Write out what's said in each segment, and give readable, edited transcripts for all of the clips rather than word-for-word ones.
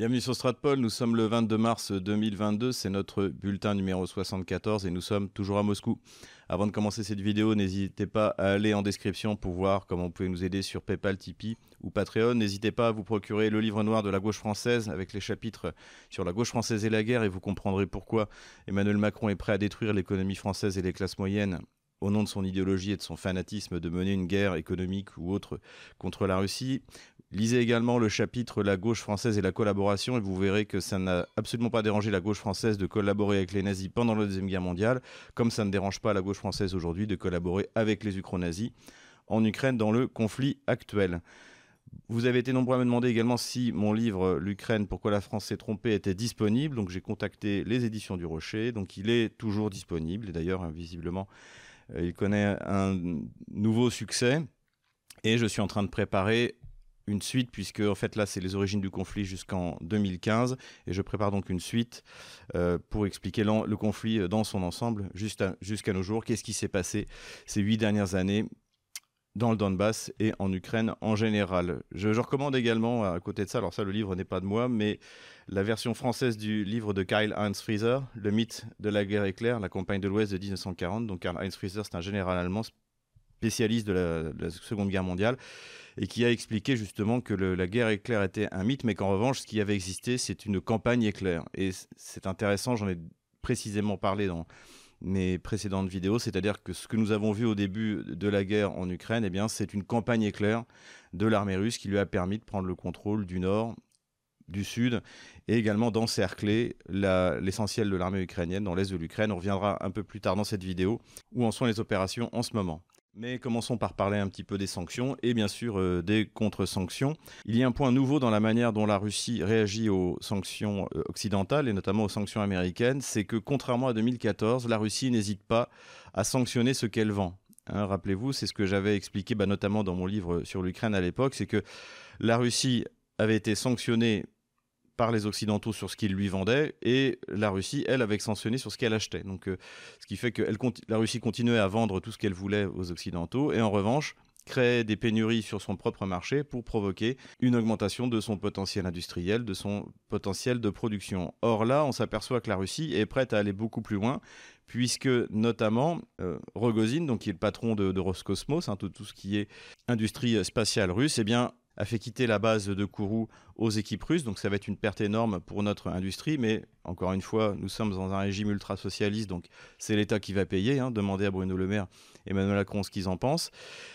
Bienvenue sur Stratpol, nous sommes le 22 mars 2022, c'est notre bulletin numéro 74 et nous sommes toujours à Moscou. Avant de commencer cette vidéo, n'hésitez pas à aller en description pour voir comment vous pouvez nous aider sur PayPal, Tipeee ou Patreon. N'hésitez pas à vous procurer le livre noir de la gauche française avec les chapitres sur la gauche française et la guerre et vous comprendrez pourquoi Emmanuel Macron est prêt à détruire l'économie française et les classes moyennes au nom de son idéologie et de son fanatisme de mener une guerre économique ou autre contre la Russie. Lisez également le chapitre La gauche française et la collaboration et vous verrez que ça n'a absolument pas dérangé la gauche française de collaborer avec les nazis pendant la Deuxième Guerre mondiale, comme ça ne dérange pas la gauche française aujourd'hui de collaborer avec les ukro-nazis en Ukraine dans le conflit actuel. Vous avez été nombreux à me demander également si mon livre « L'Ukraine, pourquoi la France s'est trompée » était disponible. Donc j'ai contacté les éditions du Rocher, donc il est toujours disponible. Et d'ailleurs, visiblement, il connaît un nouveau succès. Et je suis en train de préparer une suite, puisque en fait là c'est les origines du conflit jusqu'en 2015 et je prépare donc une suite pour expliquer le conflit dans son ensemble jusqu'à nos jours. Qu'est-ce qui s'est passé ces 8 dernières années dans le Donbass et en Ukraine en général. Je recommande également, à côté de ça, alors ça le livre n'est pas de moi, mais la version française du livre de Karl-Heinz Frieser, Le mythe de la guerre éclair, la campagne de l'Ouest de 1940. Donc Karl-Heinz Frieser, c'est un général allemand spécialiste de la Seconde Guerre mondiale, et qui a expliqué justement que la guerre éclair était un mythe, mais qu'en revanche, ce qui avait existé, c'est une campagne éclair. Et c'est intéressant, j'en ai précisément parlé dans mes précédentes vidéos, c'est-à-dire que ce que nous avons vu au début de la guerre en Ukraine, eh bien, c'est une campagne éclair de l'armée russe qui lui a permis de prendre le contrôle du nord, du sud, et également d'encercler l'essentiel de l'armée ukrainienne dans l'est de l'Ukraine. On reviendra un peu plus tard dans cette vidéo, où en sont les opérations en ce moment. Mais commençons par parler un petit peu des sanctions et bien sûr des contre-sanctions. Il y a un point nouveau dans la manière dont la Russie réagit aux sanctions occidentales et notamment aux sanctions américaines, c'est que contrairement à 2014, la Russie n'hésite pas à sanctionner ce qu'elle vend. Rappelez-vous, c'est ce que j'avais expliqué notamment dans mon livre sur l'Ukraine à l'époque, c'est que la Russie avait été sanctionnée par les Occidentaux sur ce qu'ils lui vendaient, et la Russie, elle, avait sanctionné sur ce qu'elle achetait. Donc, ce qui fait que la Russie continuait à vendre tout ce qu'elle voulait aux Occidentaux, et en revanche, créait des pénuries sur son propre marché pour provoquer une augmentation de son potentiel industriel, de son potentiel de production. Or là, on s'aperçoit que la Russie est prête à aller beaucoup plus loin, puisque notamment Rogozin, donc qui est le patron de Roscosmos, tout ce qui est industrie spatiale russe, eh bien, a fait quitter la base de Kourou aux équipes russes, donc ça va être une perte énorme pour notre industrie, mais encore une fois, nous sommes dans un régime ultra-socialiste, donc c'est l'État qui va payer. Demandez à Bruno Le Maire et Emmanuel Macron ce qu'ils en pensent.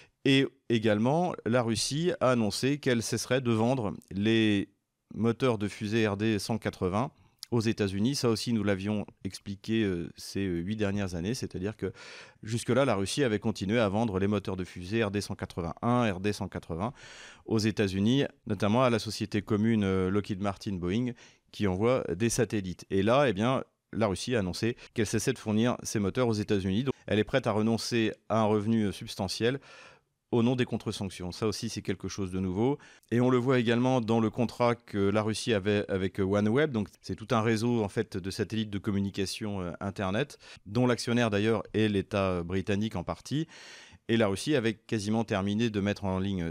Et également, la Russie a annoncé qu'elle cesserait de vendre les moteurs de fusée RD 180 aux États-Unis. Ça aussi, nous l'avions expliqué ces 8 dernières années, c'est-à-dire que jusque-là, la Russie avait continué à vendre les moteurs de fusée RD 181, RD 180 aux États-Unis, notamment à la société commune Lockheed Martin Boeing, qui envoie des satellites. Et là, eh bien, la Russie a annoncé qu'elle cessait de fournir ces moteurs aux États-Unis. Donc, elle est prête à renoncer à un revenu substantiel au nom des contre-sanctions. Ça aussi, c'est quelque chose de nouveau. Et on le voit également dans le contrat que la Russie avait avec OneWeb. Donc, c'est tout un réseau en fait, de satellites de communication Internet, dont l'actionnaire d'ailleurs est l'État britannique en partie. Et la Russie avait quasiment terminé de mettre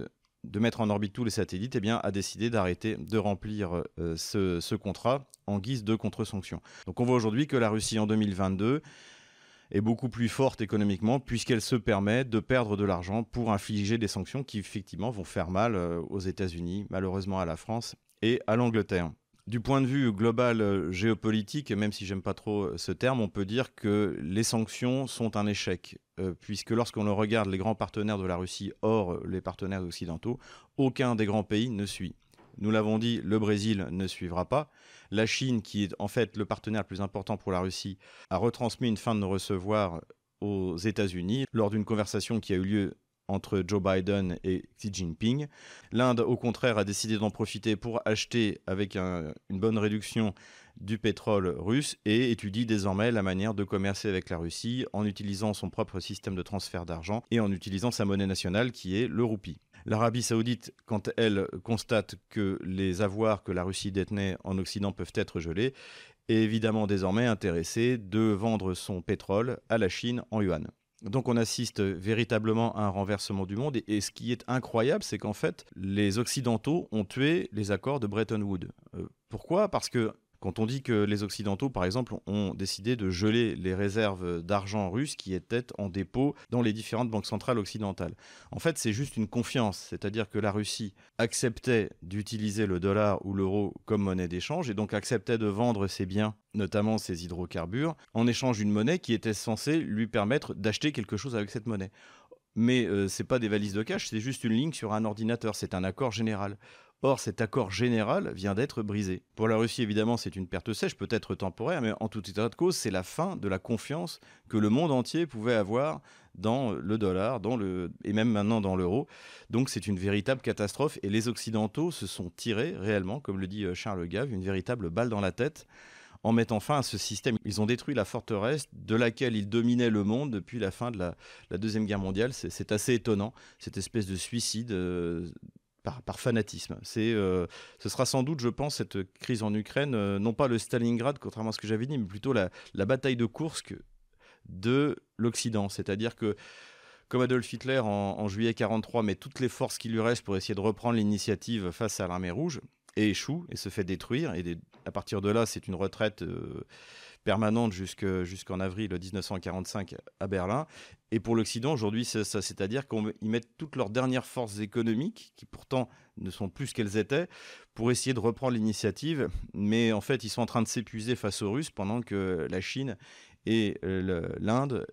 en orbite tous les satellites, a décidé d'arrêter de remplir ce contrat en guise de contre-sanctions. Donc, on voit aujourd'hui que la Russie en 2022 est beaucoup plus forte économiquement puisqu'elle se permet de perdre de l'argent pour infliger des sanctions qui effectivement vont faire mal aux États-Unis, malheureusement à la France et à l'Angleterre. Du point de vue global géopolitique, même si j'aime pas trop ce terme, on peut dire que les sanctions sont un échec, puisque lorsqu'on regarde les grands partenaires de la Russie, hors les partenaires occidentaux, aucun des grands pays ne suit. Nous l'avons dit, le Brésil ne suivra pas. La Chine, qui est en fait le partenaire le plus important pour la Russie, a retransmis une fin de non-recevoir aux États-Unis lors d'une conversation qui a eu lieu entre Joe Biden et Xi Jinping. L'Inde, au contraire, a décidé d'en profiter pour acheter avec une bonne réduction du pétrole russe et étudie désormais la manière de commercer avec la Russie en utilisant son propre système de transfert d'argent et en utilisant sa monnaie nationale qui est le roupie. L'Arabie saoudite, quand elle constate que les avoirs que la Russie détenait en Occident peuvent être gelés, est évidemment désormais intéressée de vendre son pétrole à la Chine en yuan. Donc on assiste véritablement à un renversement du monde et ce qui est incroyable, c'est qu'en fait, les Occidentaux ont tué les accords de Bretton Woods. Pourquoi ? Parce que quand on dit que les Occidentaux, par exemple, ont décidé de geler les réserves d'argent russe qui étaient en dépôt dans les différentes banques centrales occidentales, en fait, c'est juste une confiance. C'est-à-dire que la Russie acceptait d'utiliser le dollar ou l'euro comme monnaie d'échange et donc acceptait de vendre ses biens, notamment ses hydrocarbures, en échange d'une monnaie qui était censée lui permettre d'acheter quelque chose avec cette monnaie. Mais ce n'est pas des valises de cash, c'est juste une ligne sur un ordinateur, c'est un accord général. Or, cet accord général vient d'être brisé. Pour la Russie, évidemment, c'est une perte sèche, peut-être temporaire, mais en tout état de cause, c'est la fin de la confiance que le monde entier pouvait avoir dans le dollar, et même maintenant dans l'euro. Donc c'est une véritable catastrophe, et les Occidentaux se sont tirés réellement, comme le dit Charles Gave, une véritable balle dans la tête, en mettant fin à ce système. Ils ont détruit la forteresse de laquelle ils dominaient le monde depuis la fin de la Deuxième Guerre mondiale. C'est assez étonnant, cette espèce de suicide par fanatisme. Ce sera sans doute, je pense, cette crise en Ukraine, non pas le Stalingrad, contrairement à ce que j'avais dit, mais plutôt la bataille de Koursk de l'Occident. C'est-à-dire que, comme Adolf Hitler en juillet 1943 met toutes les forces qui lui restent pour essayer de reprendre l'initiative face à l'armée rouge, et échoue et se fait détruire. Et à partir de là, c'est une retraite permanente jusqu'en avril 1945 à Berlin. Et pour l'Occident, aujourd'hui, c'est ça. C'est-à-dire qu'ils mettent toutes leurs dernières forces économiques, qui pourtant ne sont plus ce qu'elles étaient, pour essayer de reprendre l'initiative. Mais en fait, ils sont en train de s'épuiser face aux Russes pendant que la Chine et l'Inde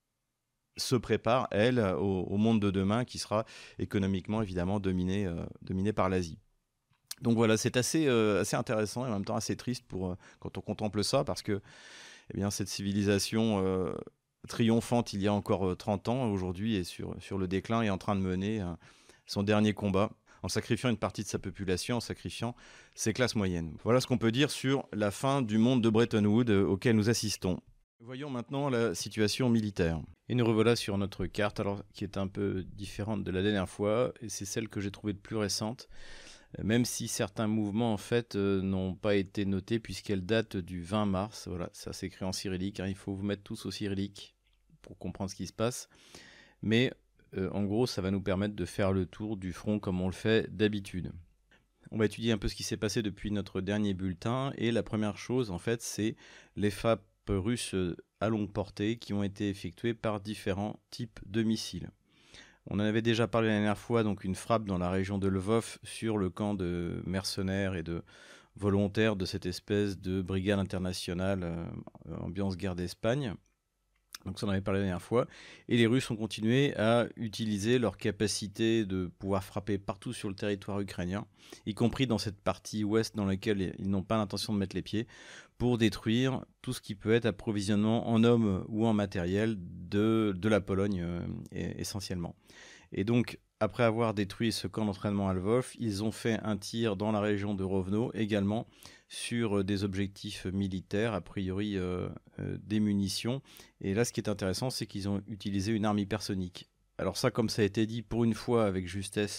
se préparent, elles, au monde de demain qui sera économiquement, évidemment, dominé par l'Asie. Donc voilà, c'est assez intéressant et en même temps assez triste quand on contemple ça, parce que cette civilisation triomphante il y a encore 30 ans, aujourd'hui est sur le déclin et est en train de mener son dernier combat, en sacrifiant une partie de sa population, en sacrifiant ses classes moyennes. Voilà ce qu'on peut dire sur la fin du monde de Bretton Woods auquel nous assistons. Voyons maintenant la situation militaire. Et nous revoilà sur notre carte, alors qui est un peu différente de la dernière fois, et c'est celle que j'ai trouvée de plus récente. Même si certains mouvements en fait n'ont pas été notés puisqu'elles datent du 20 mars. Voilà, ça s'écrit en cyrillique, il faut vous mettre tous au cyrillique pour comprendre ce qui se passe. Mais en gros, ça va nous permettre de faire le tour du front comme on le fait d'habitude. On va étudier un peu ce qui s'est passé depuis notre dernier bulletin, et la première chose en fait, c'est les frappes russes à longue portée qui ont été effectuées par différents types de missiles. On en avait déjà parlé la dernière fois, donc une frappe dans la région de Lvov sur le camp de mercenaires et de volontaires de cette espèce de brigade internationale ambiance guerre d'Espagne. Donc ça, on en avait parlé la dernière fois. Et les Russes ont continué à utiliser leur capacité de pouvoir frapper partout sur le territoire ukrainien, y compris dans cette partie ouest dans laquelle ils n'ont pas l'intention de mettre les pieds, pour détruire tout ce qui peut être approvisionnement en hommes ou en matériel de la Pologne essentiellement. Et donc, après avoir détruit ce camp d'entraînement à Lvov, ils ont fait un tir dans la région de Rovno également sur des objectifs militaires, a priori des munitions. Et là, ce qui est intéressant, c'est qu'ils ont utilisé une arme hypersonique. Alors ça, comme ça a été dit pour une fois avec justesse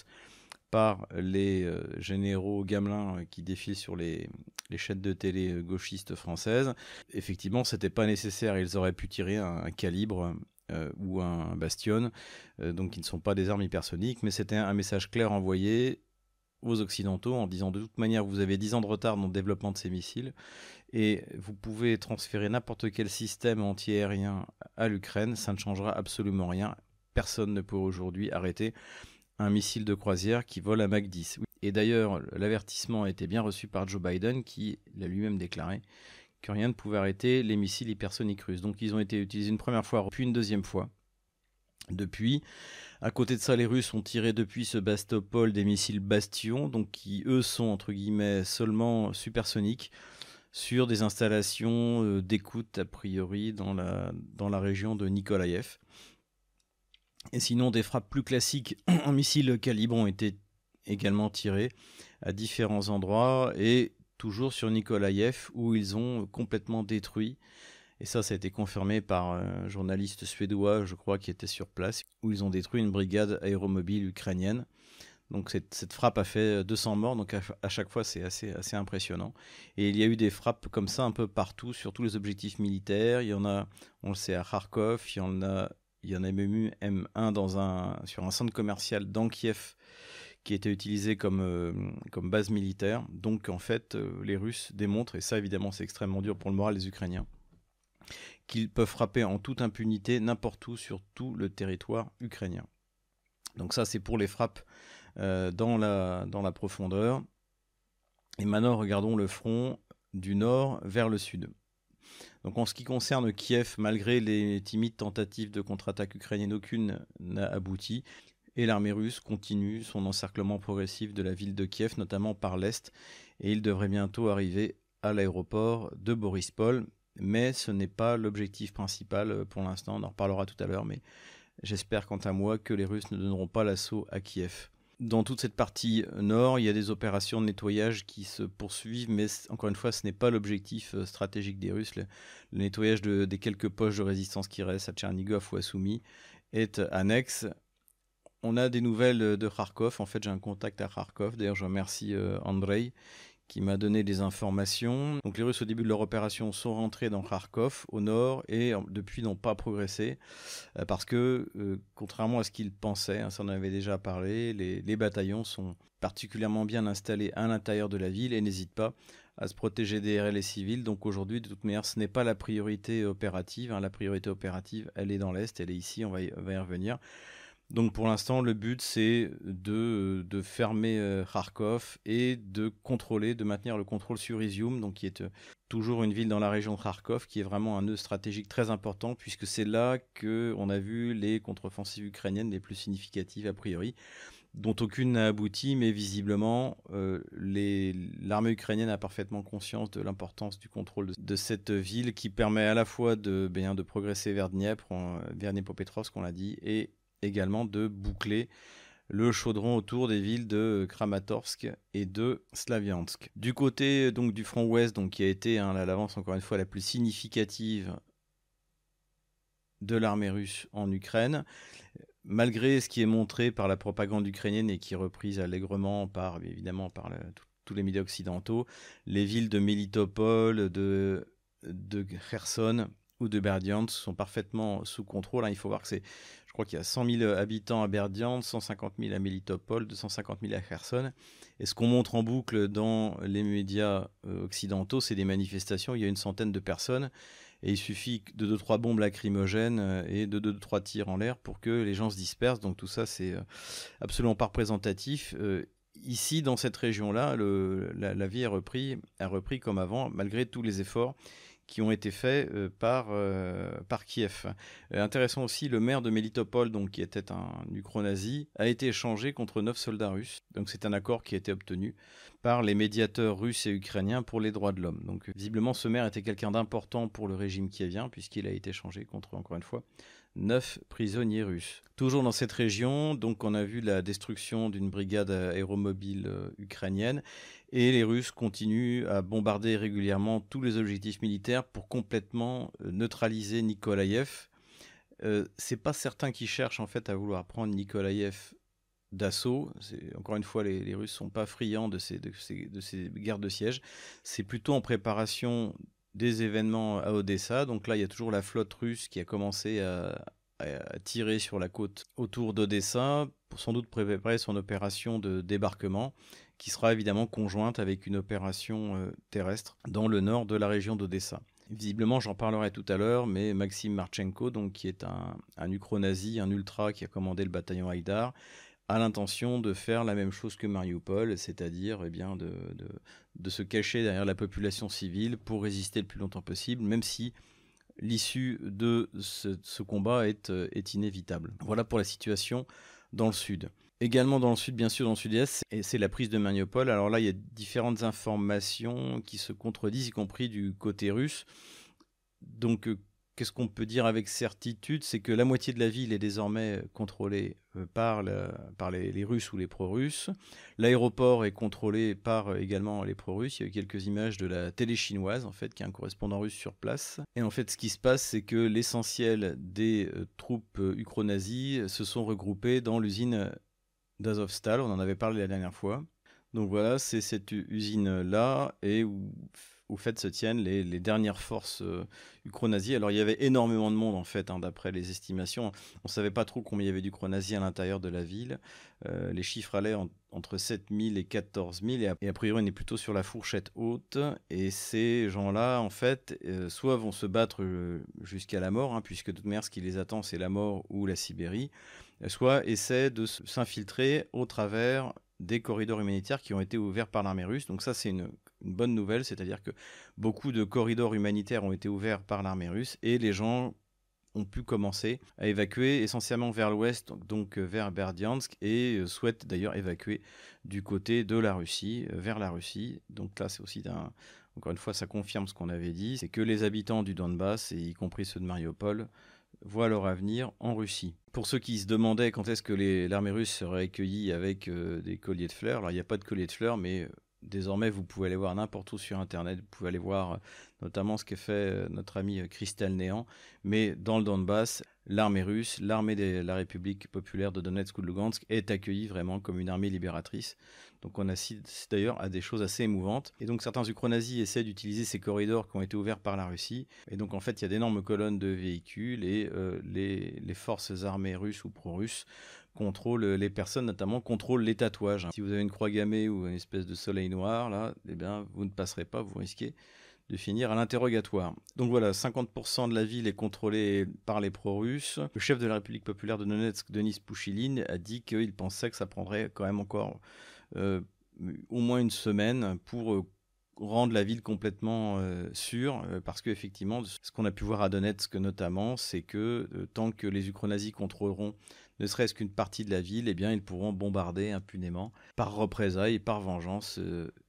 par les généraux gamelins qui défilent sur les chaînes de télé gauchistes françaises, effectivement, c'était pas nécessaire. Ils auraient pu tirer un calibre ou un bastion, donc qui ne sont pas des armes hypersoniques, mais c'était un message clair envoyé aux Occidentaux en disant de toute manière vous avez 10 ans de retard dans le développement de ces missiles et vous pouvez transférer n'importe quel système anti-aérien à l'Ukraine, ça ne changera absolument rien. Personne ne peut aujourd'hui arrêter un missile de croisière qui vole à Mach 10. Et d'ailleurs, l'avertissement a été bien reçu par Joe Biden qui l'a lui-même déclaré que rien ne pouvait arrêter les missiles hypersoniques russes. Donc ils ont été utilisés une première fois, puis une deuxième fois. Depuis, à côté de ça, les Russes ont tiré depuis ce Bastopol des missiles Bastion, donc qui eux sont entre guillemets seulement supersoniques, sur des installations d'écoute a priori dans la région de Nikolaïev. Et sinon, des frappes plus classiques en missiles calibre ont été également tirées à différents endroits et toujours sur Nikolaïev où ils ont complètement détruit. Et ça a été confirmé par un journaliste suédois, je crois, qui était sur place, où ils ont détruit une brigade aéromobile ukrainienne. Donc cette frappe a fait 200 morts, donc à chaque fois c'est assez impressionnant. Et il y a eu des frappes comme ça un peu partout, sur tous les objectifs militaires. Il y en a, on le sait, à Kharkov, il y en a même eu un sur un centre commercial dans Kiev, qui était utilisé comme base militaire. Donc en fait, les Russes démontrent, et ça évidemment c'est extrêmement dur pour le moral des Ukrainiens, qu'ils peuvent frapper en toute impunité n'importe où sur tout le territoire ukrainien. Donc ça c'est pour les frappes dans la profondeur. Et maintenant regardons le front du nord vers le sud. Donc en ce qui concerne Kiev, malgré les timides tentatives de contre-attaque ukrainienne, aucune n'a abouti. Et l'armée russe continue son encerclement progressif de la ville de Kiev, notamment par l'est, et il devrait bientôt arriver à l'aéroport de Borispol, mais ce n'est pas l'objectif principal pour l'instant, on en reparlera tout à l'heure, mais j'espère quant à moi que les Russes ne donneront pas l'assaut à Kiev. Dans toute cette partie nord, il y a des opérations de nettoyage qui se poursuivent, mais encore une fois, ce n'est pas l'objectif stratégique des Russes. Le nettoyage des quelques poches de résistance qui restent à Tchernigov ou à Soumy est annexe. On a des nouvelles de Kharkov. En fait, j'ai un contact à Kharkov. D'ailleurs, je remercie Andrei qui m'a donné des informations. Donc, les Russes, au début de leur opération, sont rentrés dans Kharkov, au nord, et depuis n'ont pas progressé. Parce que, contrairement à ce qu'ils pensaient, ça on en avait déjà parlé, les bataillons sont particulièrement bien installés à l'intérieur de la ville et n'hésitent pas à se protéger des RL et civils. Donc, aujourd'hui, de toute manière, ce n'est pas la priorité opérative. La priorité opérative, elle est dans l'Est, elle est ici, on va y revenir. Donc pour l'instant, le but c'est de fermer Kharkov et de maintenir le contrôle sur Izium, donc qui est toujours une ville dans la région de Kharkov, qui est vraiment un nœud stratégique très important, puisque c'est là qu'on a vu les contre-offensives ukrainiennes les plus significatives a priori, dont aucune n'a abouti, mais visiblement l'armée ukrainienne a parfaitement conscience de l'importance du contrôle de cette ville, qui permet à la fois de progresser vers Dniepr, vers Dnipropetrovsk, on l'a dit, et également de boucler le chaudron autour des villes de Kramatorsk et de Slaviansk. Du côté donc du front ouest, donc qui a été l'avance encore une fois la plus significative de l'armée russe en Ukraine, malgré ce qui est montré par la propagande ukrainienne et qui est reprise allègrement par tous les médias occidentaux, les villes de Melitopol, de Kherson ou de Berdyansk sont parfaitement sous contrôle. Il faut voir que je crois qu'il y a 100 000 habitants à Berdyansk, 150 000 à Melitopol, 250 000 à Kherson. Et ce qu'on montre en boucle dans les médias occidentaux, c'est des manifestations. Il y a une centaine de personnes et il suffit de 2-3 bombes lacrymogènes et de 2-3 tirs en l'air pour que les gens se dispersent. Donc tout ça, c'est absolument pas représentatif. Ici, dans cette région-là, la vie a repris comme avant, malgré tous les efforts qui ont été faits par Kiev. Intéressant aussi, le maire de Melitopol, donc, qui était un ukro-nazi, a été échangé contre 9 soldats russes. Donc c'est un accord qui a été obtenu par les médiateurs russes et ukrainiens pour les droits de l'homme. Donc visiblement, ce maire était quelqu'un d'important pour le régime kievien, puisqu'il a été échangé contre, encore une fois, 9 prisonniers russes. Toujours dans cette région, donc on a vu la destruction d'une brigade aéromobile ukrainienne, et les Russes continuent à bombarder régulièrement tous les objectifs militaires pour complètement neutraliser Nikolaïev. C'est pas certains qui cherchent en fait à vouloir prendre Nikolaïev d'assaut. Encore une fois, les Russes sont pas friands de ces guerres de siège. C'est plutôt en préparation des événements à Odessa. Donc là, il y a toujours la flotte russe qui a commencé à tirer sur la côte autour d'Odessa pour sans doute préparer son opération de débarquement, qui sera évidemment conjointe avec une opération terrestre dans le nord de la région d'Odessa. Visiblement, j'en parlerai tout à l'heure, mais Maxime Marchenko, donc, qui est un ukro-nazi, un ultra qui a commandé le bataillon Haïdar, a l'intention de faire la même chose que Mariupol, c'est-à-dire de se cacher derrière la population civile pour résister le plus longtemps possible, même si l'issue de ce combat est inévitable. Voilà pour la situation dans le sud. Également dans le sud, bien sûr, dans le sud-est, c'est la prise de Mariupol. Alors là, il y a différentes informations qui se contredisent, y compris du côté russe. Donc, qu'est-ce qu'on peut dire avec certitude? C'est que la moitié de la ville est désormais contrôlée par les Russes ou les pro-russes. L'aéroport est contrôlé par également les pro-russes. Il y a eu quelques images de la télé chinoise, en fait, qui est un correspondant russe sur place. Et en fait, ce qui se passe, c'est que l'essentiel des troupes ukro-nazis se sont regroupées dans l'usine d'Azovstal. On en avait parlé la dernière fois. Donc voilà, c'est cette usine-là, et où où fait se tiennent les dernières forces ukro-nazis. Alors il y avait énormément de monde en fait, hein, d'après les estimations. On ne savait pas trop combien il y avait d'ukro-nazis à l'intérieur de la ville. Les chiffres allaient entre 7 000 et 14 000 et a priori on est plutôt sur la fourchette haute. Et ces gens-là en fait soit vont se battre jusqu'à la mort, hein, puisque de toute manière ce qui les attend c'est la mort ou la Sibérie, soit essaient de s'infiltrer au travers des corridors humanitaires qui ont été ouverts par l'armée russe. Donc ça, c'est une bonne nouvelle, c'est-à-dire que beaucoup de corridors humanitaires ont été ouverts par l'armée russe et les gens ont pu commencer à évacuer essentiellement vers l'ouest, donc vers Berdiansk, et souhaitent d'ailleurs évacuer du côté de la Russie, vers la Russie. Donc là, c'est aussi encore une fois, ça confirme ce qu'on avait dit, c'est que les habitants du Donbass, et y compris ceux de Mariupol, voient leur avenir en Russie. Pour ceux qui se demandaient quand est-ce que l'armée russe serait accueillie avec des colliers de fleurs, alors il n'y a pas de colliers de fleurs, mais désormais vous pouvez aller voir n'importe où sur Internet, vous pouvez aller voir notamment ce que fait notre ami Christelle Néant, mais dans le Donbass, l'armée russe, l'armée de la République populaire de Donetsk ou de Lugansk est accueillie vraiment comme une armée libératrice. Donc on assiste d'ailleurs à des choses assez émouvantes. Et donc certains ukro-nazis essaient d'utiliser ces corridors qui ont été ouverts par la Russie. Et donc en fait il y a d'énormes colonnes de véhicules et les forces armées russes ou pro-russes contrôlent les personnes, notamment contrôlent les tatouages. Si vous avez une croix gammée ou une espèce de soleil noir, là, eh bien, vous ne passerez pas, vous risquez de finir à l'interrogatoire. Donc voilà, 50% de la ville est contrôlée par les pro-russes. Le chef de la République populaire de Donetsk, Denis Pouchiline, a dit qu'il pensait que ça prendrait quand même encore au moins une semaine pour rendre la ville complètement sûre, parce qu'effectivement, ce qu'on a pu voir à Donetsk notamment, c'est que tant que les ukro-nazis contrôleront ne serait-ce qu'une partie de la ville, eh bien, ils pourront bombarder impunément, par représailles, par vengeance,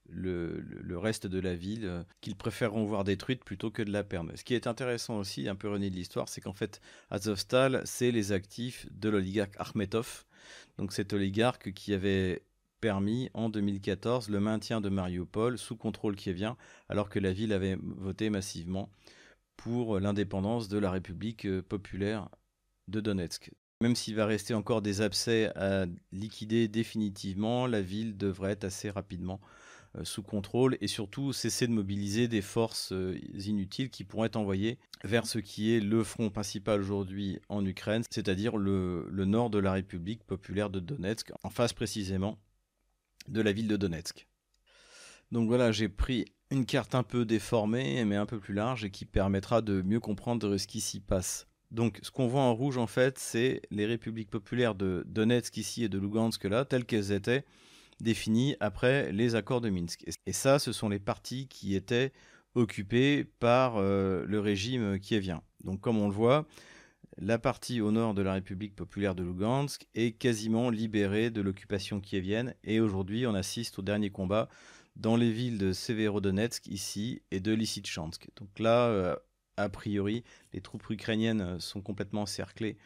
le reste de la ville, qu'ils préféreront voir détruite plutôt que de la perdre. Ce qui est intéressant aussi, un peu ironie de l'histoire, c'est qu'en fait, Azovstal, c'est les actifs de l'oligarque Akhmetov, donc cet oligarque qui avait permis en 2014 le maintien de Mariupol sous contrôle kievien, alors que la ville avait voté massivement pour l'indépendance de la République populaire de Donetsk. Même s'il va rester encore des abcès à liquider définitivement, la ville devrait être assez rapidement sous contrôle et surtout cesser de mobiliser des forces inutiles qui pourraient être envoyées vers ce qui est le front principal aujourd'hui en Ukraine, c'est-à-dire le nord de la République populaire de Donetsk, en face précisément de la ville de Donetsk. Donc voilà, j'ai pris une carte un peu déformée mais un peu plus large et qui permettra de mieux comprendre ce qui s'y passe. Donc ce qu'on voit en rouge en fait, c'est les républiques populaires de Donetsk ici et de Lugansk là, telles qu'elles étaient définies après les accords de Minsk. Et ça, ce sont les parties qui étaient occupées par le régime kievien. Donc comme on le voit, la partie au nord de la République populaire de Lugansk est quasiment libérée de l'occupation kievienne et aujourd'hui on assiste au dernier combat dans les villes de Severodonetsk ici et de Lysychansk. Donc là, a priori, les troupes ukrainiennes sont complètement encerclées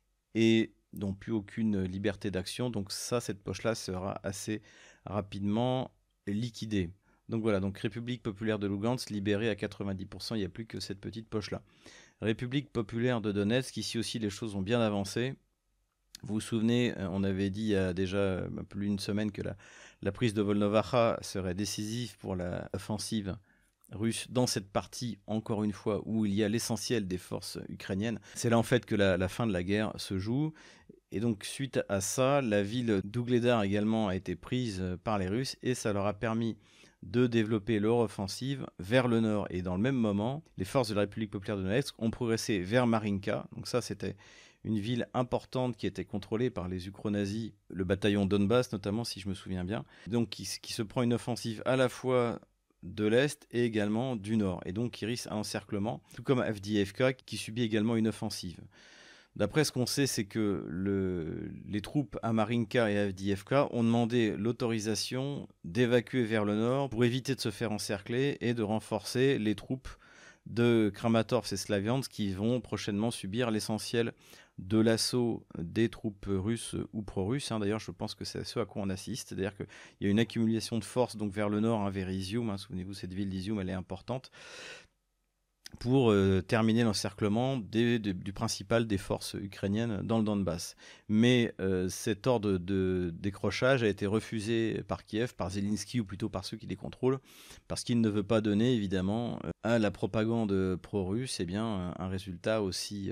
et n'ont plus aucune liberté d'action. Donc ça, cette poche-là sera assez rapidement liquidée. Donc voilà, donc République populaire de Lugansk libérée à 90%, il n'y a plus que cette petite poche-là. République populaire de Donetsk, ici aussi les choses ont bien avancé. Vous vous souvenez, on avait dit il y a déjà plus d'une semaine que la prise de Volnovacha serait décisive pour l'offensive russe dans cette partie, encore une fois, où il y a l'essentiel des forces ukrainiennes. C'est là en fait que la fin de la guerre se joue. Et donc suite à ça, la ville d'Ougledar également a été prise par les Russes et ça leur a permis de développer leur offensive vers le nord. Et dans le même moment, les forces de la République populaire de Donetsk ont progressé vers Marinka. Donc ça, c'était une ville importante qui était contrôlée par les ukro-nazis, le bataillon Donbass notamment, si je me souviens bien. Donc qui se prend une offensive à la fois de l'Est et également du Nord, et donc qui risque un encerclement, tout comme Avdiivka qui subit également une offensive. D'après ce qu'on sait, c'est que les troupes à Marinka et à Avdiivka ont demandé l'autorisation d'évacuer vers le nord pour éviter de se faire encercler et de renforcer les troupes de Kramatorsk et Slaviansk qui vont prochainement subir l'essentiel de l'assaut des troupes russes ou pro-russes. D'ailleurs, je pense que c'est ce à quoi on assiste. C'est-à-dire qu'il y a une accumulation de forces donc vers le nord, vers Izium. Souvenez-vous, cette ville d'Izium, elle est importante. pour terminer l'encerclement du principal des forces ukrainiennes dans le Donbass. Mais cet ordre de décrochage a été refusé par Kiev, par Zelensky, ou plutôt par ceux qui les contrôlent, parce qu'il ne veut pas donner, évidemment, à la propagande pro-russe un résultat aussi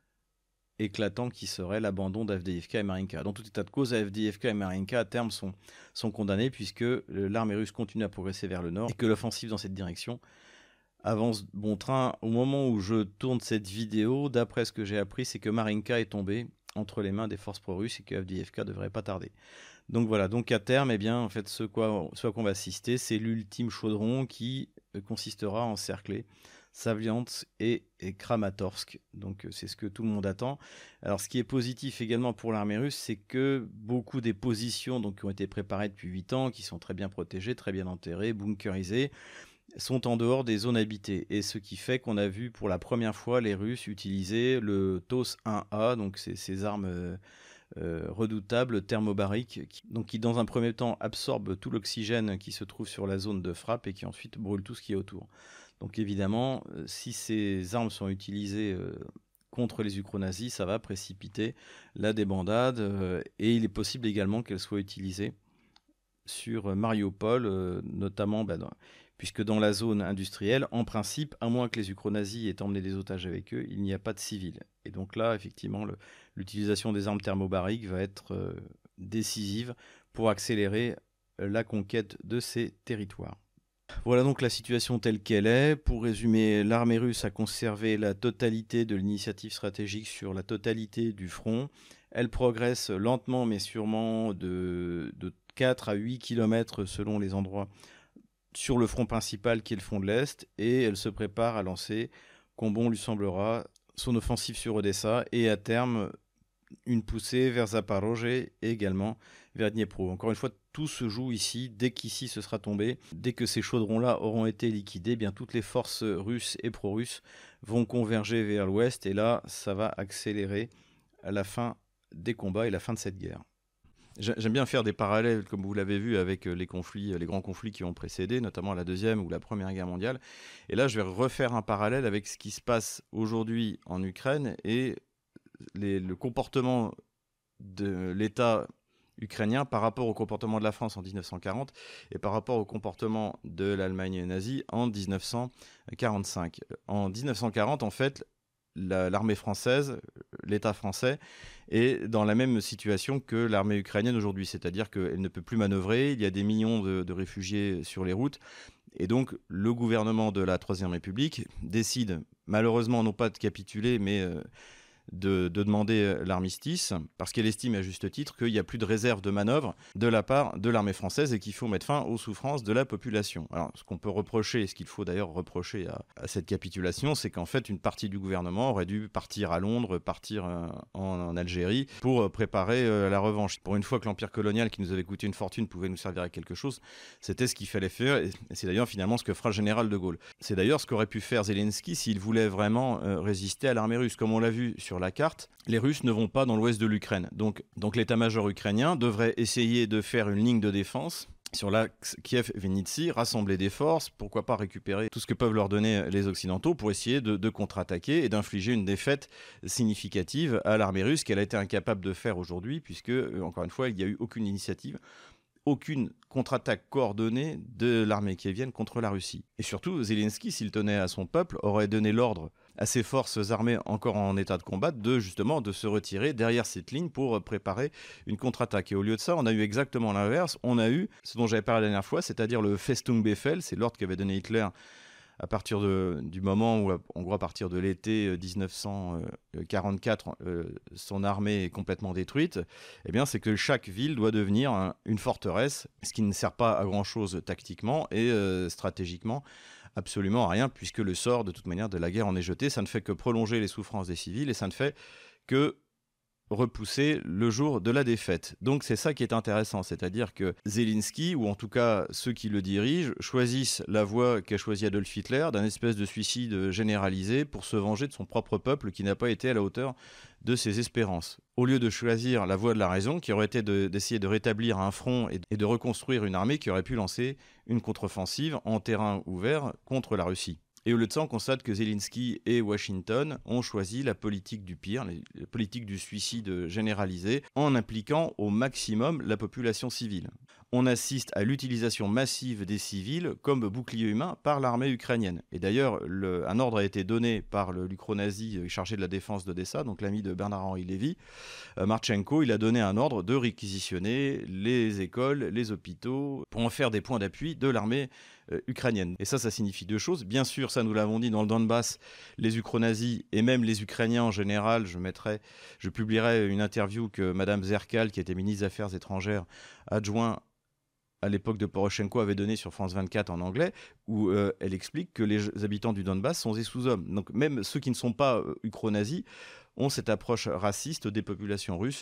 éclatant qui serait l'abandon d'Avdiivka et Marinka. Dans tout état de cause, Avdiivka et Marinka, à terme, sont condamnés, puisque l'armée russe continue à progresser vers le nord, et que l'offensive dans cette direction avance bon train. Au moment où je tourne cette vidéo, d'après ce que j'ai appris, c'est que Marinka est tombé entre les mains des forces pro-russes et que Avdiivka devrait pas tarder. Donc voilà, donc à terme, eh bien, en fait, ce à quoi on va assister, c'est l'ultime chaudron qui consistera à encercler Saviansk et Kramatorsk. Donc c'est ce que tout le monde attend. Alors ce qui est positif également pour l'armée russe, c'est que beaucoup des positions qui ont été préparées depuis 8 ans, qui sont très bien protégées, très bien enterrées, bunkerisées, sont en dehors des zones habitées. Et ce qui fait qu'on a vu pour la première fois les Russes utiliser le TOS 1A, donc ces armes redoutables thermobariques, qui dans un premier temps absorbent tout l'oxygène qui se trouve sur la zone de frappe et qui ensuite brûlent tout ce qui est autour. Donc évidemment, si ces armes sont utilisées contre les ukronazis, ça va précipiter la débandade, et il est possible également qu'elles soient utilisées sur Mariupol, notamment puisque dans la zone industrielle, en principe, à moins que les ukronazis aient emmené des otages avec eux, il n'y a pas de civils. Et donc là, effectivement, l'utilisation des armes thermobariques va être décisive pour accélérer la conquête de ces territoires. Voilà donc la situation telle qu'elle est. Pour résumer, l'armée russe a conservé la totalité de l'initiative stratégique sur la totalité du front. Elle progresse lentement mais sûrement de 4 à 8 km selon les endroits sur le front principal qui est le front de l'Est, et elle se prépare à lancer, quand bon lui semblera, son offensive sur Odessa et à terme une poussée vers Zaporozhye et également vers Dniepro. Encore une fois, tout se joue ici. Dès qu'ici ce sera tombé, dès que ces chaudrons-là auront été liquidés, bien toutes les forces russes et pro-russes vont converger vers l'ouest, et là, ça va accélérer à la fin des combats et la fin de cette guerre. J'aime bien faire des parallèles, comme vous l'avez vu, avec les grands conflits qui ont précédé, notamment la Deuxième ou la Première Guerre mondiale. Et là, je vais refaire un parallèle avec ce qui se passe aujourd'hui en Ukraine et le comportement de l'État ukrainien par rapport au comportement de la France en 1940 et par rapport au comportement de l'Allemagne nazie en 1945. En 1940, en fait, l'armée française, l'État français, est dans la même situation que l'armée ukrainienne aujourd'hui, c'est-à-dire qu'elle ne peut plus manœuvrer, il y a des millions de réfugiés sur les routes, et donc le gouvernement de la Troisième République décide, malheureusement non pas de capituler, mais de demander l'armistice, parce qu'elle estime à juste titre qu'il n'y a plus de réserve de manœuvre de la part de l'armée française et qu'il faut mettre fin aux souffrances de la population. Alors, ce qu'on peut reprocher, et ce qu'il faut d'ailleurs reprocher à cette capitulation, c'est qu'en fait, une partie du gouvernement aurait dû partir à Londres, partir en Algérie, pour préparer la revanche. Pour une fois que l'empire colonial, qui nous avait coûté une fortune, pouvait nous servir à quelque chose, c'était ce qu'il fallait faire, et c'est d'ailleurs finalement ce que fera le général de Gaulle. C'est d'ailleurs ce qu'aurait pu faire Zelensky s'il voulait vraiment résister à l'armée russe. Comme on l'a vu sur la carte, les Russes ne vont pas dans l'ouest de l'Ukraine. Donc l'état-major ukrainien devrait essayer de faire une ligne de défense sur l'axe Kiev-Vinnytsia, rassembler des forces, pourquoi pas récupérer tout ce que peuvent leur donner les Occidentaux pour essayer de contre-attaquer et d'infliger une défaite significative à l'armée russe qu'elle a été incapable de faire aujourd'hui, puisque, encore une fois, il n'y a eu aucune initiative, aucune contre-attaque coordonnée de l'armée kievienne contre la Russie. Et surtout, Zelensky, s'il tenait à son peuple, aurait donné l'ordre à ses forces armées encore en état de combat de se retirer derrière cette ligne pour préparer une contre-attaque. Et au lieu de ça, on a eu exactement l'inverse. On a eu ce dont j'avais parlé la dernière fois, c'est-à-dire le Festung-Befehl, c'est l'ordre qu'avait donné Hitler à partir du moment où, en gros, à partir de l'été 1944, son armée est complètement détruite, eh bien, c'est que chaque ville doit devenir une forteresse, ce qui ne sert pas à grand-chose tactiquement et stratégiquement, absolument à rien, puisque le sort, de toute manière, de la guerre en est jeté. Ça ne fait que prolonger les souffrances des civils et ça ne fait que repousser le jour de la défaite. Donc c'est ça qui est intéressant, c'est-à-dire que Zelensky, ou en tout cas ceux qui le dirigent, choisissent la voie qu'a choisi Adolf Hitler, d'un espèce de suicide généralisé pour se venger de son propre peuple qui n'a pas été à la hauteur de ses espérances. Au lieu de choisir la voie de la raison, qui aurait été d'essayer de rétablir un front et de reconstruire une armée qui aurait pu lancer une contre-offensive en terrain ouvert contre la Russie. Et au lieu de ça, on constate que Zelensky et Washington ont choisi la politique du pire, la politique du suicide généralisé, en impliquant au maximum la population civile. On assiste à l'utilisation massive des civils comme bouclier humain par l'armée ukrainienne. Et d'ailleurs, un ordre a été donné par l'ukro-nazi chargé de la défense d'Odessa, donc l'ami de Bernard-Henri Lévy, Marchenko. Il a donné un ordre de réquisitionner les écoles, les hôpitaux, pour en faire des points d'appui de l'armée ukrainienne. Et ça signifie deux choses. Bien sûr, ça nous l'avons dit, dans le Donbass, les ukro-nazis et même les Ukrainiens en général, je publierai une interview que Madame Zerkal, qui était ministre des Affaires étrangères, adjoint à l'époque de Poroshenko, avait donné sur France 24 en anglais, où elle explique que les habitants du Donbass sont des sous-hommes. Donc même ceux qui ne sont pas ukro-nazis ont cette approche raciste des populations russes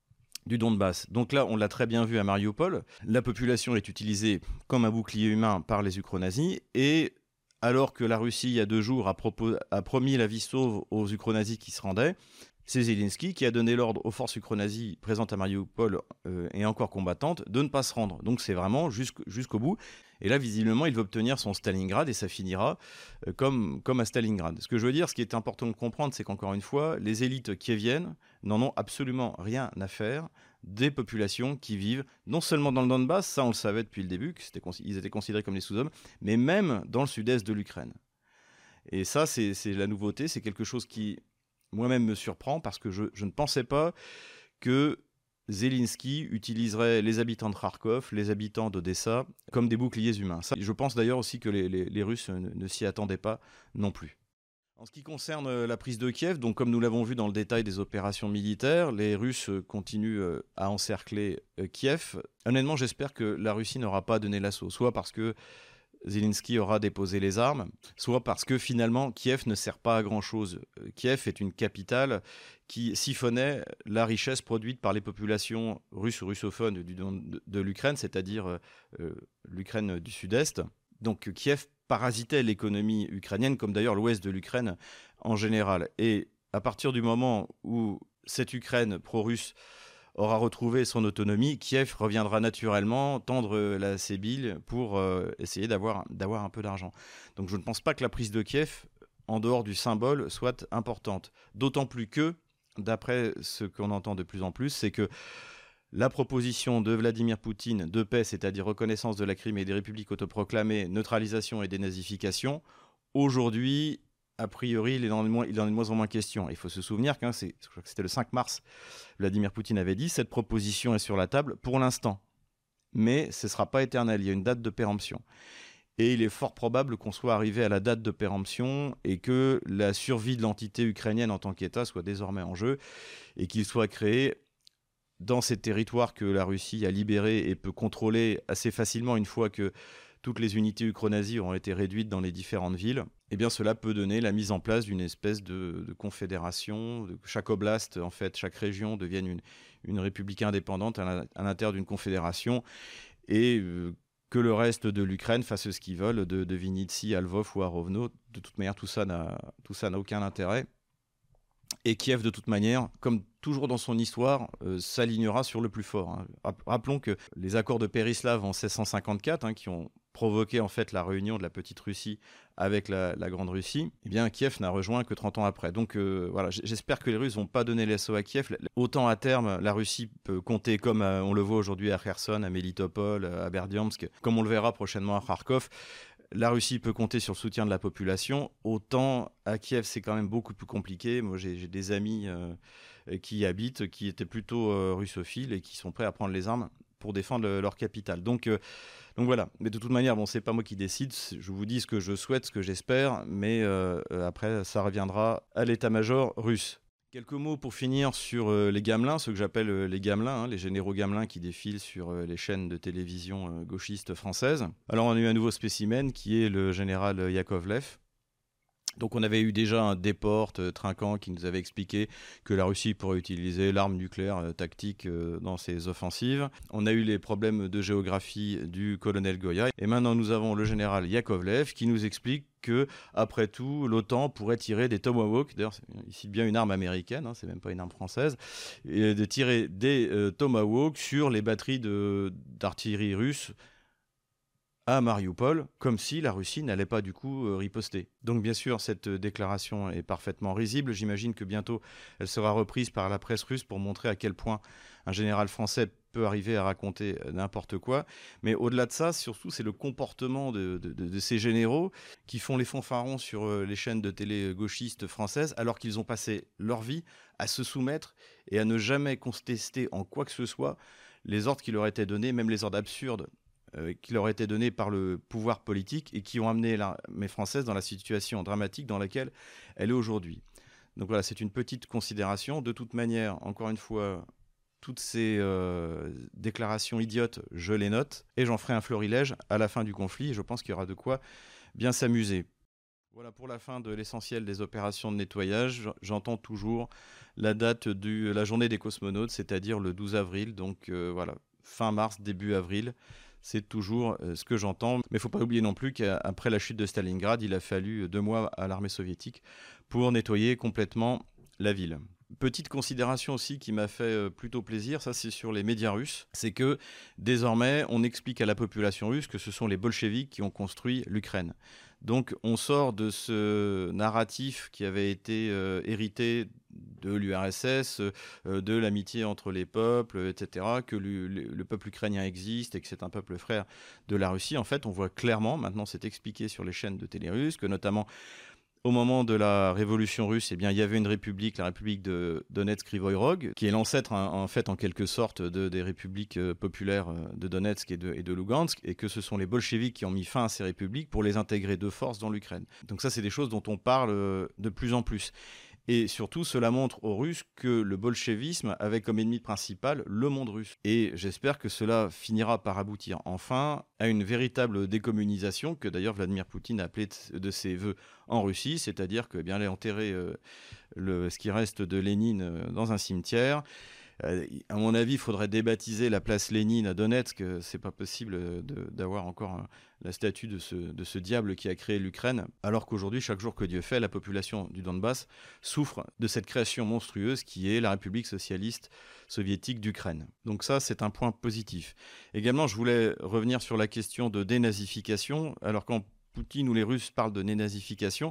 du Donbass. Donc là, on l'a très bien vu à Mariupol, la population est utilisée comme un bouclier humain par les ukro-nazis, et alors que la Russie, il y a 2 jours, a promis la vie sauve aux ukro-nazis qui se rendaient, c'est Zelensky qui a donné l'ordre aux forces ukro-nazis présentes à Mariupol et encore combattantes de ne pas se rendre. Donc c'est vraiment jusqu'au bout. Et là, visiblement, il veut obtenir son Stalingrad et ça finira comme à Stalingrad. Ce que je veux dire, ce qui est important de comprendre, c'est qu'encore une fois, les élites kieviennes n'en ont absolument rien à faire des populations qui vivent non seulement dans le Donbass, ça on le savait depuis le début, qu'ils étaient considérés comme des sous-hommes, mais même dans le sud-est de l'Ukraine. Et ça, c'est la nouveauté, c'est quelque chose qui moi-même me surprend parce que je ne pensais pas que Zelensky utiliserait les habitants de Kharkov, les habitants d'Odessa comme des boucliers humains. Ça, je pense d'ailleurs aussi que les Russes ne s'y attendaient pas non plus. En ce qui concerne la prise de Kiev, donc comme nous l'avons vu dans le détail des opérations militaires, les Russes continuent à encercler Kiev. Honnêtement, j'espère que la Russie n'aura pas donné l'assaut, soit parce que Zelensky aura déposé les armes, soit parce que finalement Kiev ne sert pas à grand-chose. Kiev est une capitale qui siphonnait la richesse produite par les populations russes ou russophones de l'Ukraine, c'est-à-dire l'Ukraine du Sud-Est. Donc Kiev parasitait l'économie ukrainienne, comme d'ailleurs l'ouest de l'Ukraine en général. Et à partir du moment où cette Ukraine pro-russe aura retrouvé son autonomie, Kiev reviendra naturellement tendre la sébile pour essayer d'avoir un peu d'argent. Donc je ne pense pas que la prise de Kiev, en dehors du symbole, soit importante. D'autant plus que, d'après ce qu'on entend de plus en plus, c'est que la proposition de Vladimir Poutine de paix, c'est-à-dire reconnaissance de la Crimée et des républiques autoproclamées, neutralisation et dénazification, aujourd'hui, a priori, il en est de moins en moins question. Il faut se souvenir que c'était le 5 mars, Vladimir Poutine avait dit, cette proposition est sur la table pour l'instant. Mais ce ne sera pas éternel, il y a une date de péremption. Et il est fort probable qu'on soit arrivé à la date de péremption et que la survie de l'entité ukrainienne en tant qu'État soit désormais en jeu et qu'il soit créé dans ces territoires que la Russie a libérés et peut contrôler assez facilement une fois que toutes les unités ukro-nazies auront été réduites dans les différentes villes, eh bien cela peut donner la mise en place d'une espèce de confédération. Chaque oblast, en fait, chaque région devienne une république indépendante à l'intérieur d'une confédération et que le reste de l'Ukraine fasse ce qu'ils veulent de Vinnytsia à Lvov ou à Rovno. De toute manière, tout ça n'a aucun intérêt. Et Kiev, de toute manière, comme toujours dans son histoire, s'alignera sur le plus fort. Rappelons que les accords de Péréslav en 1654, qui ont provoqué en fait la réunion de la petite Russie avec la grande Russie, eh bien Kiev n'a rejoint que 30 ans après. Donc voilà, j'espère que les Russes vont pas donner l'assaut à Kiev. Autant à terme, la Russie peut compter comme on le voit aujourd'hui à Kherson, à Melitopol, à Berdiansk, comme on le verra prochainement à Kharkov. La Russie peut compter sur le soutien de la population. Autant à Kiev, c'est quand même beaucoup plus compliqué. Moi, j'ai des amis qui y habitent, qui étaient plutôt russophiles et qui sont prêts à prendre les armes pour défendre leur capitale. Donc voilà. Mais de toute manière, bon, c'est pas moi qui décide. Je vous dis ce que je souhaite, ce que j'espère, mais après, ça reviendra à l'état-major russe. Quelques mots pour finir sur les gamelins, ceux que j'appelle les gamelins, les généraux gamelins qui défilent sur les chaînes de télévision gauchistes françaises. Alors on a eu un nouveau spécimen qui est le général Yakovlev. Donc on avait eu déjà un Desportes Trinquant qui nous avait expliqué que la Russie pourrait utiliser l'arme nucléaire tactique dans ses offensives. On a eu les problèmes de géographie du colonel Goya. Et maintenant nous avons le général Yakovlev qui nous explique que, après tout, l'OTAN pourrait tirer des Tomahawks, d'ailleurs c'est ici bien une arme américaine, c'est même pas une arme française, et de tirer des Tomahawks sur les batteries d'artillerie russe à Mariupol, comme si la Russie n'allait pas du coup riposter. Donc bien sûr, cette déclaration est parfaitement risible. J'imagine que bientôt, elle sera reprise par la presse russe pour montrer à quel point un général français peut arriver à raconter n'importe quoi. Mais au-delà de ça, surtout, c'est le comportement de ces généraux qui font les fanfarons sur les chaînes de télé gauchistes françaises, alors qu'ils ont passé leur vie à se soumettre et à ne jamais contester en quoi que ce soit les ordres qui leur étaient donnés, même les ordres absurdes qui leur étaient donnés par le pouvoir politique et qui ont amené l'armée française dans la situation dramatique dans laquelle elle est aujourd'hui. Donc voilà, c'est une petite considération. De toute manière, encore une fois, toutes ces déclarations idiotes, je les note et j'en ferai un florilège à la fin du conflit. Et je pense qu'il y aura de quoi bien s'amuser. Voilà pour la fin de l'essentiel des opérations de nettoyage. J'entends toujours la date de la journée des cosmonautes, c'est-à-dire le 12 avril. Donc voilà, fin mars, début avril. C'est toujours ce que j'entends. Mais il ne faut pas oublier non plus qu'après la chute de Stalingrad, il a fallu 2 mois à l'armée soviétique pour nettoyer complètement la ville. Petite considération aussi qui m'a fait plutôt plaisir, ça c'est sur les médias russes, c'est que désormais on explique à la population russe que ce sont les bolcheviks qui ont construit l'Ukraine. Donc on sort de ce narratif qui avait été hérité de l'URSS, de l'amitié entre les peuples, etc., que le peuple ukrainien existe et que c'est un peuple frère de la Russie. En fait, on voit clairement, maintenant c'est expliqué sur les chaînes de télé russes, que notamment au moment de la révolution russe, eh bien, il y avait une république, la république de Donetsk-Krivoï-Rog, qui est l'ancêtre en fait en quelque sorte des républiques populaires de Donetsk et de Lugansk, et que ce sont les bolcheviks qui ont mis fin à ces républiques pour les intégrer de force dans l'Ukraine. Donc ça, c'est des choses dont on parle de plus en plus. Et surtout, cela montre aux Russes que le bolchevisme avait comme ennemi principal le monde russe. Et j'espère que cela finira par aboutir enfin à une véritable décommunisation, que d'ailleurs Vladimir Poutine a appelé de ses voeux en Russie, c'est-à-dire que bien aller enterrer ce qui reste de Lénine dans un cimetière. À mon avis, il faudrait débaptiser la place Lénine à Donetsk. C'est pas possible d'avoir encore la statue de ce diable qui a créé l'Ukraine, alors qu'aujourd'hui, chaque jour que Dieu fait, la population du Donbass souffre de cette création monstrueuse qui est la République socialiste soviétique d'Ukraine. Donc ça, c'est un point positif. Également, je voulais revenir sur la question de dénazification. Alors quand Poutine ou les Russes parlent de dénazification,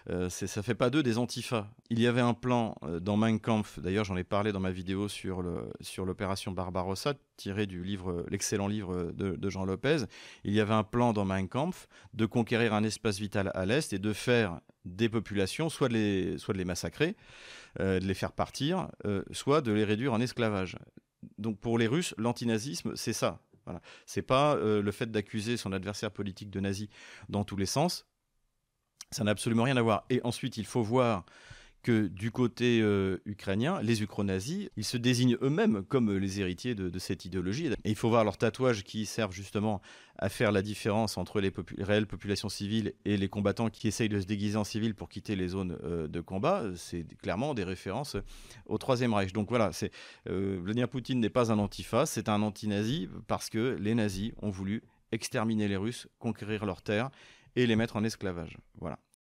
ça fait pas d'eux des antifas. Il y avait un plan dans Mein Kampf, d'ailleurs j'en ai parlé dans ma vidéo sur l'opération Barbarossa, tiré du livre, l'excellent livre de Jean Lopez. Il y avait un plan dans Mein Kampf de conquérir un espace vital à l'Est et de faire des populations, soit de les massacrer, de les faire partir, soit de les réduire en esclavage. Donc pour les Russes, l'antinazisme, c'est ça. Voilà. C'est pas le fait d'accuser son adversaire politique de nazi dans tous les sens. Ça n'a absolument rien à voir. Et ensuite, il faut voir que du côté ukrainien, les ukronazis, ils se désignent eux-mêmes comme les héritiers de cette idéologie. Et il faut voir leurs tatouages qui servent justement à faire la différence entre les réelles populations civiles et les combattants qui essayent de se déguiser en civil pour quitter les zones de combat. C'est clairement des références au Troisième Reich. Donc voilà, Vladimir Poutine n'est pas un antifa, c'est un anti-nazi parce que les nazis ont voulu exterminer les Russes, conquérir leurs terres et les mettre en esclavage. Voilà.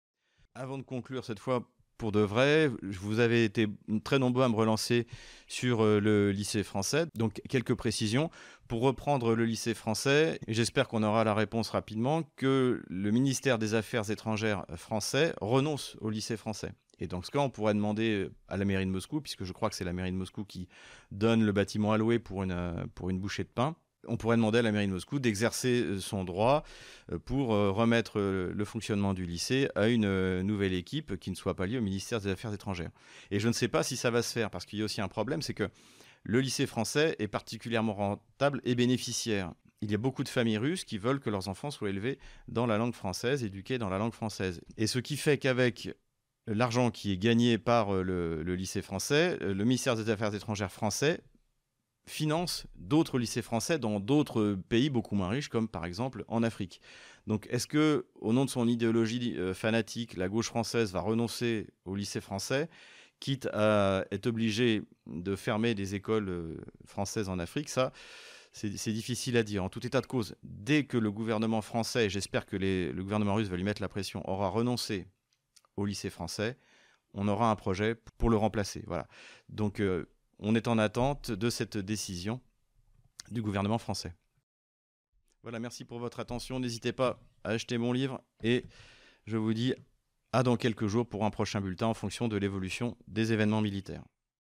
Avant de conclure cette fois, pour de vrai, vous avez été très nombreux à me relancer sur le lycée français. Donc, quelques précisions. Pour reprendre le lycée français, et j'espère qu'on aura la réponse rapidement, que le ministère des Affaires étrangères français renonce au lycée français. Et dans ce cas, on pourrait demander à la mairie de Moscou, puisque je crois que c'est la mairie de Moscou qui donne le bâtiment à louer pour une bouchée de pain, on pourrait demander à la mairie de Moscou d'exercer son droit pour remettre le fonctionnement du lycée à une nouvelle équipe qui ne soit pas liée au ministère des Affaires étrangères. Et je ne sais pas si ça va se faire, parce qu'il y a aussi un problème, c'est que le lycée français est particulièrement rentable et bénéficiaire. Il y a beaucoup de familles russes qui veulent que leurs enfants soient élevés dans la langue française, éduqués dans la langue française. Et ce qui fait qu'avec l'argent qui est gagné par le lycée français, le ministère des Affaires étrangères français finance d'autres lycées français dans d'autres pays beaucoup moins riches, comme par exemple en Afrique. Donc est-ce que, au nom de son idéologie fanatique, la gauche française va renoncer au lycée français, quitte à être obligée de fermer des écoles françaises en Afrique? Ça, c'est difficile à dire. En tout état de cause, dès que le gouvernement français, et j'espère que le gouvernement russe va lui mettre la pression, aura renoncé au lycée français, on aura un projet pour le remplacer. Voilà. Donc on est en attente de cette décision du gouvernement français. Voilà, merci pour votre attention. N'hésitez pas à acheter mon livre et je vous dis à dans quelques jours pour un prochain bulletin en fonction de l'évolution des événements militaires.